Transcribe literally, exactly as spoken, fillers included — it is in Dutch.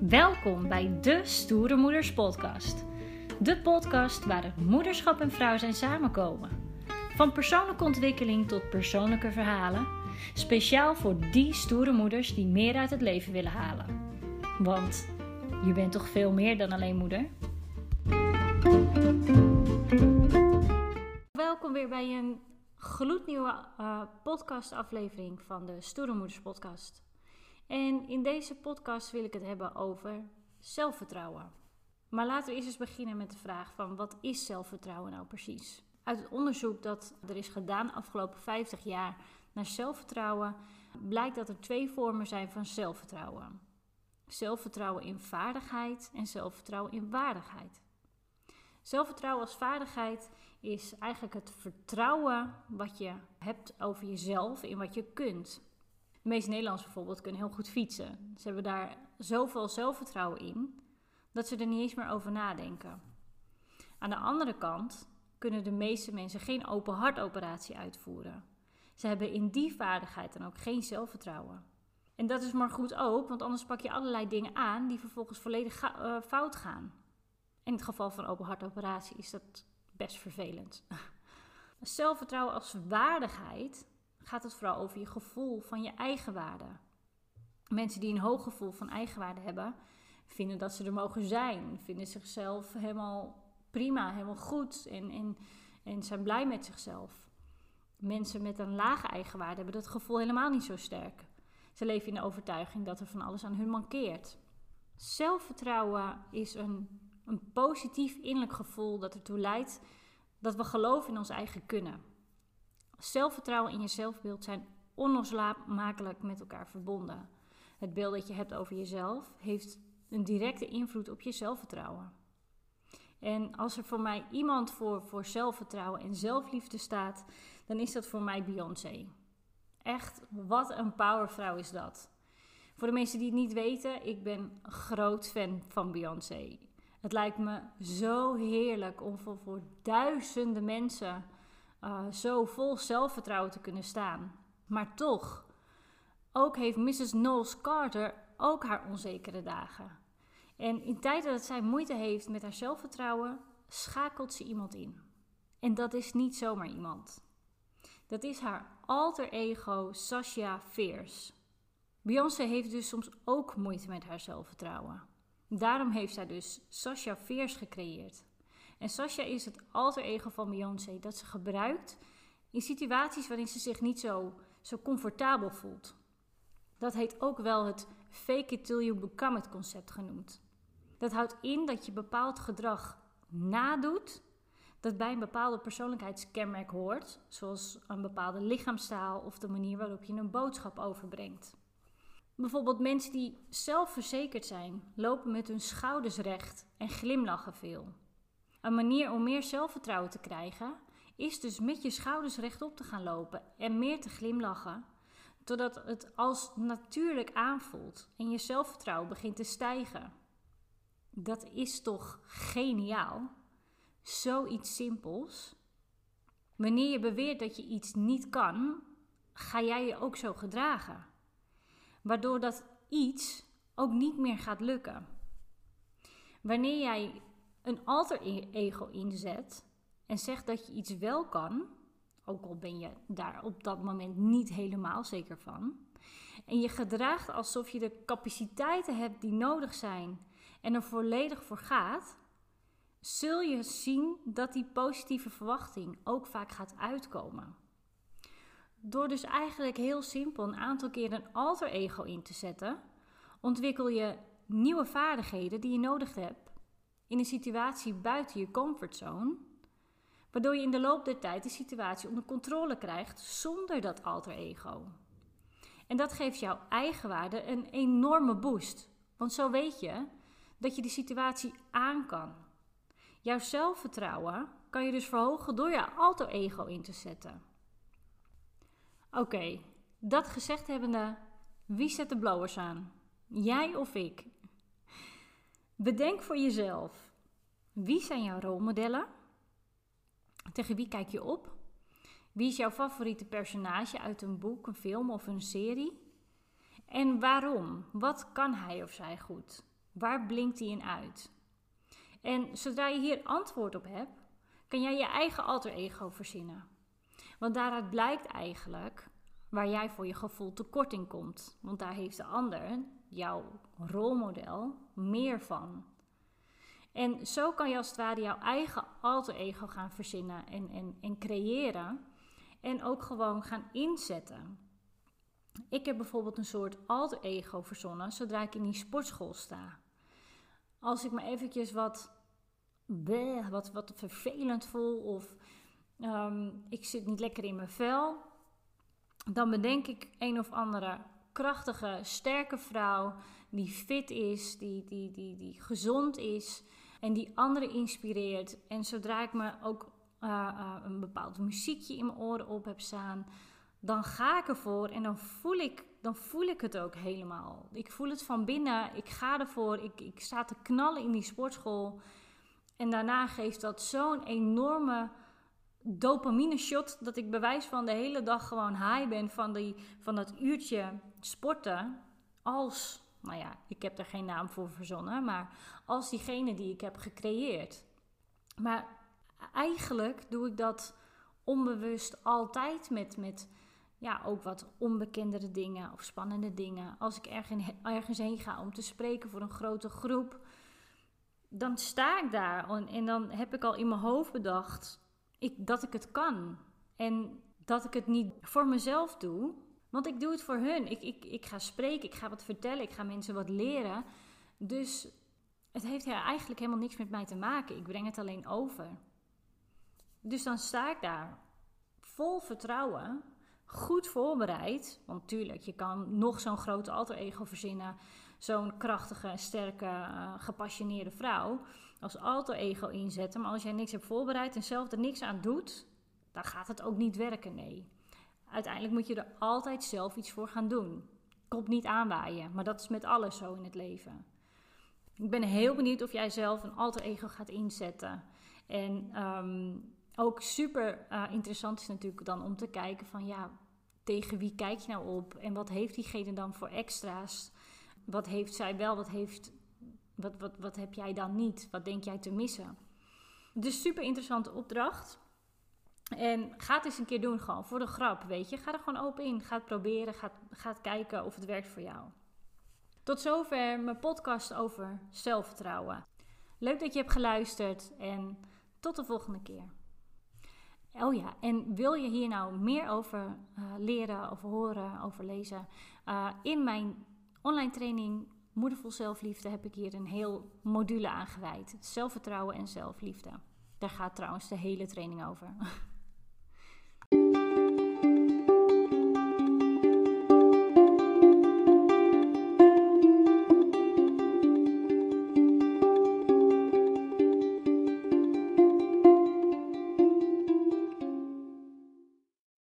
Welkom bij de Stoere Moeders podcast. De podcast waar het moederschap en vrouw zijn samenkomen. Van persoonlijke ontwikkeling tot persoonlijke verhalen. Speciaal voor die stoere moeders die meer uit het leven willen halen. Want je bent toch veel meer dan alleen moeder? Welkom weer bij een gloednieuwe uh, podcastaflevering van de Stoere Moeders podcast. En in deze podcast wil ik het hebben over zelfvertrouwen. Maar laten we eerst eens beginnen met de vraag van wat is zelfvertrouwen nou precies? Uit het onderzoek dat er is gedaan de afgelopen vijftig jaar naar zelfvertrouwen blijkt dat er twee vormen zijn van zelfvertrouwen. Zelfvertrouwen in vaardigheid en zelfvertrouwen in waardigheid. Zelfvertrouwen als vaardigheid is eigenlijk het vertrouwen wat je hebt over jezelf en wat je kunt. De meeste Nederlanders bijvoorbeeld kunnen heel goed fietsen. Ze hebben daar zoveel zelfvertrouwen in dat ze er niet eens meer over nadenken. Aan de andere kant kunnen de meeste mensen geen open hartoperatie uitvoeren. Ze hebben in die vaardigheid dan ook geen zelfvertrouwen. En dat is maar goed ook, want anders pak je allerlei dingen aan die vervolgens volledig ga- uh, fout gaan. In het geval van open hartoperatie is dat best vervelend. Zelfvertrouwen als waardigheid gaat het vooral over je gevoel van je eigen waarde. Mensen die een hoog gevoel van eigenwaarde hebben, vinden dat ze er mogen zijn. Vinden zichzelf helemaal prima, helemaal goed en, en, en zijn blij met zichzelf. Mensen met een lage eigenwaarde hebben dat gevoel helemaal niet zo sterk. Ze leven in de overtuiging dat er van alles aan hun mankeert. Zelfvertrouwen is een, een positief innerlijk gevoel dat ertoe leidt dat we geloven in ons eigen kunnen. Zelfvertrouwen en je zelfbeeld zijn onlosmakelijk met elkaar verbonden. Het beeld dat je hebt over jezelf heeft een directe invloed op je zelfvertrouwen. En als er voor mij iemand voor, voor zelfvertrouwen en zelfliefde staat, dan is dat voor mij Beyoncé. Echt, wat een powervrouw is dat. Voor de mensen die het niet weten, ik ben een groot fan van Beyoncé. Het lijkt me zo heerlijk om voor, voor duizenden mensen Uh, zo vol zelfvertrouwen te kunnen staan. Maar toch, ook heeft missus Knowles Carter ook haar onzekere dagen. En in tijden dat zij moeite heeft met haar zelfvertrouwen, schakelt ze iemand in. En dat is niet zomaar iemand. Dat is haar alter ego Sasha Fierce. Beyoncé heeft dus soms ook moeite met haar zelfvertrouwen. Daarom heeft zij dus Sasha Fierce gecreëerd. En Sasha is het alter ego van Beyoncé dat ze gebruikt in situaties waarin ze zich niet zo, zo comfortabel voelt. Dat heet ook wel het fake it till you become it concept genoemd. Dat houdt in dat je bepaald gedrag nadoet dat bij een bepaalde persoonlijkheidskenmerk hoort, zoals een bepaalde lichaamstaal of de manier waarop je een boodschap overbrengt. Bijvoorbeeld mensen die zelfverzekerd zijn, lopen met hun schouders recht en glimlachen veel. Een manier om meer zelfvertrouwen te krijgen is dus met je schouders rechtop te gaan lopen en meer te glimlachen, totdat het als natuurlijk aanvoelt en je zelfvertrouwen begint te stijgen. Dat is toch geniaal? Zoiets simpels. Wanneer je beweert dat je iets niet kan, ga jij je ook zo gedragen. Waardoor dat iets ook niet meer gaat lukken. Wanneer jij een alter ego inzet en zegt dat je iets wel kan, ook al ben je daar op dat moment niet helemaal zeker van, en je gedraagt alsof je de capaciteiten hebt die nodig zijn en er volledig voor gaat, zul je zien dat die positieve verwachting ook vaak gaat uitkomen. Door dus eigenlijk heel simpel een aantal keer een alter ego in te zetten, ontwikkel je nieuwe vaardigheden die je nodig hebt in een situatie buiten je comfortzone, waardoor je in de loop der tijd de situatie onder controle krijgt zonder dat alter ego. En dat geeft jouw eigenwaarde een enorme boost, want zo weet je dat je de situatie aan kan. Jouw zelfvertrouwen kan je dus verhogen door je alter ego in te zetten. Oké, okay, dat gezegd hebbende, wie zet de blowers aan? Jij of ik? Bedenk voor jezelf, wie zijn jouw rolmodellen? Tegen wie kijk je op? Wie is jouw favoriete personage uit een boek, een film of een serie? En waarom? Wat kan hij of zij goed? Waar blinkt die in uit? En zodra je hier antwoord op hebt, kan jij je eigen alter ego verzinnen. Want daaruit blijkt eigenlijk waar jij voor je gevoel tekort in komt. Want daar heeft de ander, jouw rolmodel, meer van. En zo kan je als het ware jouw eigen alter ego gaan verzinnen en, en, en creëren. En ook gewoon gaan inzetten. Ik heb bijvoorbeeld een soort alter ego verzonnen zodra ik in die sportschool sta. Als ik me eventjes wat, bleh, wat, wat vervelend voel of um, ik zit niet lekker in mijn vel, dan bedenk ik een of andere krachtige, sterke vrouw die fit is, die, die, die, die gezond is en die anderen inspireert. En zodra ik me ook uh, uh, een bepaald muziekje in mijn oren op heb staan, dan ga ik ervoor en dan voel ik, dan voel ik het ook helemaal. Ik voel het van binnen, ik ga ervoor, ik, ik sta te knallen in die sportschool. En daarna geeft dat zo'n enorme dopamine shot dat ik bewijs van de hele dag gewoon high ben van, die, van dat uurtje sporten. Als, nou ja, ik heb er geen naam voor verzonnen, maar als diegene die ik heb gecreëerd. Maar eigenlijk doe ik dat onbewust altijd met, met ja, ook wat onbekendere dingen of spannende dingen. Als ik ergens, ergens heen ga om te spreken voor een grote groep, dan sta ik daar en, en dan heb ik al in mijn hoofd bedacht ik, dat ik het kan. En dat ik het niet voor mezelf doe, want ik doe het voor hun. Ik, ik, ik ga spreken, ik ga wat vertellen, ik ga mensen wat leren. Dus het heeft eigenlijk helemaal niks met mij te maken. Ik breng het alleen over. Dus dan sta ik daar vol vertrouwen, goed voorbereid. Want tuurlijk, je kan nog zo'n grote alter ego verzinnen. Zo'n krachtige, sterke, uh, gepassioneerde vrouw als alter ego inzetten. Maar als jij niks hebt voorbereid en zelf er niks aan doet, dan gaat het ook niet werken, nee. Uiteindelijk moet je er altijd zelf iets voor gaan doen. Komt niet aanwaaien, maar dat is met alles zo in het leven. Ik ben heel benieuwd of jij zelf een alter ego gaat inzetten. En um, ook super uh, interessant is natuurlijk dan om te kijken van ja, tegen wie kijk je nou op? En wat heeft diegene dan voor extra's? Wat heeft zij wel, wat, heeft, wat, wat, wat heb jij dan niet? Wat denk jij te missen? Dus super interessante opdracht. En ga het eens een keer doen gewoon, voor de grap, weet je. Ga er gewoon open in, ga het proberen, ga, ga het kijken of het werkt voor jou. Tot zover mijn podcast over zelfvertrouwen. Leuk dat je hebt geluisterd en tot de volgende keer. Oh ja, en wil je hier nou meer over uh, leren, over horen, over lezen? Uh, in mijn online training Moedervol Zelfliefde heb ik hier een heel module aan gewijd. Zelfvertrouwen en zelfliefde. Daar gaat trouwens de hele training over.